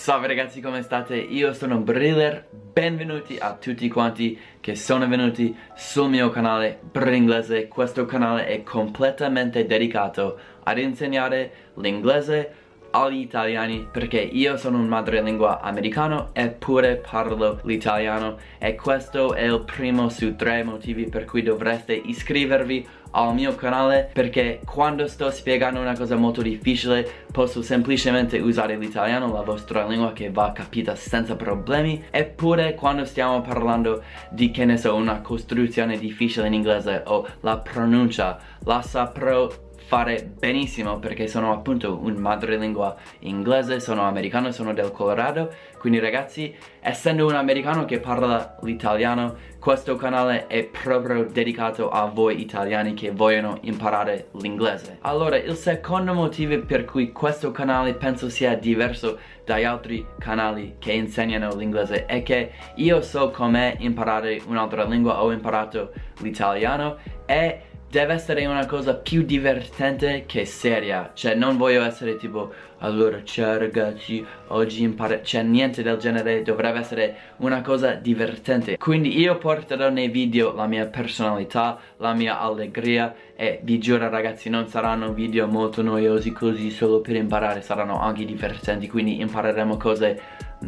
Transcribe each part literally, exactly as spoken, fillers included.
Salve ragazzi, come state? Io sono Briller, benvenuti a tutti quanti che sono venuti sul mio canale Bringlese. Questo canale è completamente dedicato ad insegnare l'inglese agli italiani, perché io sono un madrelingua americano eppure parlo l'italiano, e questo è il primo su tre motivi per cui dovreste iscrivervi al mio canale, perché quando sto spiegando una cosa molto difficile posso semplicemente usare l'italiano, la vostra lingua, che va capita senza problemi. Eppure quando stiamo parlando di, che ne so, una costruzione difficile in inglese o la pronuncia, la saprò fare benissimo perché sono appunto un madrelingua inglese, sono americano, sono del Colorado. Quindi ragazzi, essendo un americano che parla l'italiano, questo canale è proprio dedicato a voi italiani che vogliono imparare l'inglese. Allora, il secondo motivo per cui questo canale penso sia diverso dagli altri canali che insegnano l'inglese è che io so come imparare un'altra lingua, ho imparato l'italiano e deve essere una cosa più divertente che seria. Cioè non voglio essere tipo, allora ciao ragazzi, oggi imparo, cioè niente del genere, dovrebbe essere una cosa divertente. Quindi io porterò nei video la mia personalità, la mia allegria, e vi giuro ragazzi non saranno video molto noiosi così solo per imparare, saranno anche divertenti, quindi impareremo cose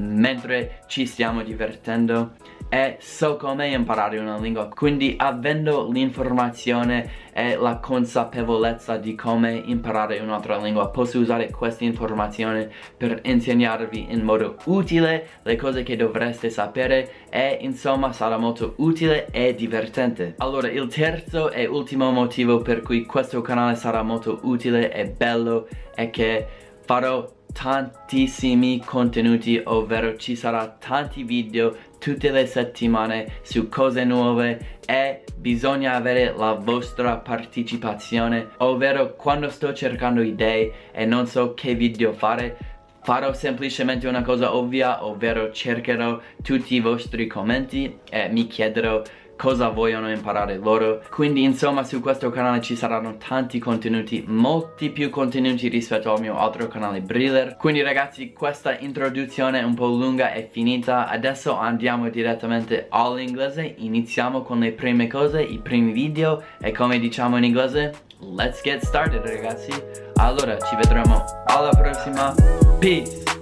mentre ci stiamo divertendo. E so come imparare una lingua, quindi avendo l'informazione e la consapevolezza di come imparare un'altra lingua, posso usare questa informazione per insegnarvi in modo utile le cose che dovreste sapere, e insomma sarà molto utile e divertente. Allora, il terzo e ultimo motivo per cui questo canale sarà molto utile e bello è che farò tantissimi contenuti, ovvero ci sarà tanti video tutte le settimane su cose nuove, e bisogna avere la vostra partecipazione, ovvero quando sto cercando idee e non so che video fare, farò semplicemente una cosa ovvia, ovvero cercherò tutti i vostri commenti e mi chiederò cosa vogliono imparare loro. Quindi insomma su questo canale ci saranno tanti contenuti, molti più contenuti rispetto al mio altro canale Briller. Quindi ragazzi, questa introduzione un po' lunga è finita, adesso andiamo direttamente all'inglese. Iniziamo con le prime cose, i primi video, e come diciamo in inglese, let's get started ragazzi. Allora ci vedremo alla prossima, peace.